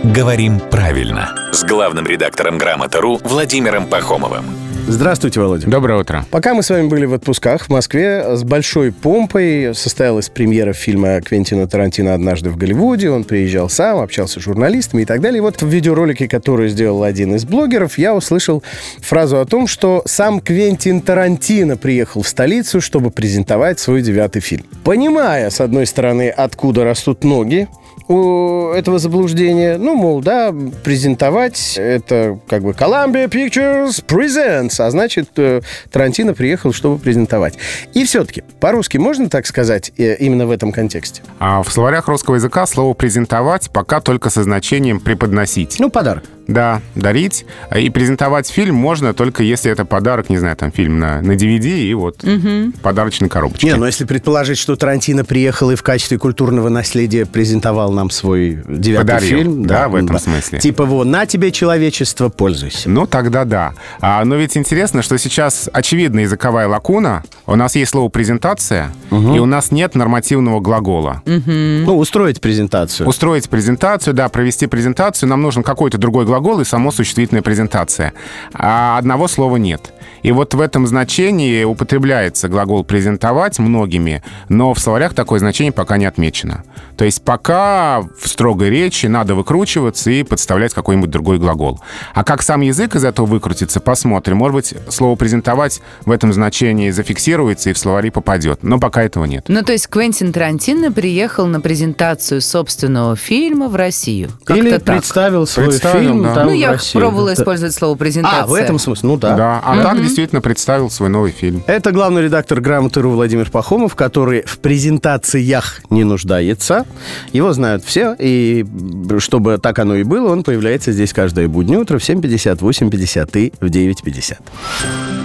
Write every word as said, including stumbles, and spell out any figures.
«Говорим правильно» с главным редактором «Грамота.ру» Владимиром Пахомовым. Здравствуйте, Володя. Доброе утро. Пока мы с вами были в отпусках в Москве, с большой помпой состоялась премьера фильма Квентина Тарантино «Однажды в Голливуде». Он приезжал сам, общался с журналистами и так далее. И вот в видеоролике, который сделал один из блогеров, я услышал фразу о том, что сам Квентин Тарантино приехал в столицу, чтобы презентовать свой девятый фильм. Понимая, с одной стороны, откуда растут ноги у этого заблуждения, ну, мол, да, презентовать это как бы Columbia Pictures Presents, а значит, Тарантино приехал, чтобы презентовать. И все-таки, по-русски можно так сказать именно в этом контексте? А в словарях русского языка слово «презентовать» пока только со значением «преподносить». Ну, подарок. Да, дарить. И презентовать фильм можно только если это подарок, не знаю, там фильм на, на ди ви ди и вот угу. подарочной коробочке. Не, но если предположить, что Тарантино приехал и в качестве культурного наследия презентовал нам свой девятый Подарил, фильм. Да, да, в этом да. смысле. Типа, вот, на тебе, человечество, пользуйся. Ну, тогда да. А, но ведь интересно, что сейчас очевидна языковая лакуна. У нас есть слово «презентация», угу. и у нас нет нормативного глагола. Угу. Ну, устроить презентацию. Устроить презентацию, да, провести презентацию. Нам нужен какой-то другой глагол и само существительная презентация. А одного слова нет. И вот в этом значении употребляется глагол «презентовать» многими, но в словарях такое значение пока не отмечено. То есть пока в строгой речи надо выкручиваться и подставлять какой-нибудь другой глагол. А как сам язык из этого выкрутится, посмотрим. Может быть, слово «презентовать» в этом значении зафиксируется и в словари попадет. Но пока этого нет. Ну, то есть Квентин Тарантино приехал на презентацию собственного фильма в Россию. Как-то Или так. представил свой Представил, фильм да. там, Ну, в я России. пробовала Это... использовать слово «презентация». А, в этом смысле, ну да. Да, а Mm-hmm. так действительно представил свой новый фильм. Это главный редактор «Грамоты.ру» Владимир Пахомов, который в презентациях не нуждается. Его знают все, и чтобы так оно и было, он появляется здесь каждое буднее утро в семь пятьдесят, восемь пятьдесят и в девять пятьдесят.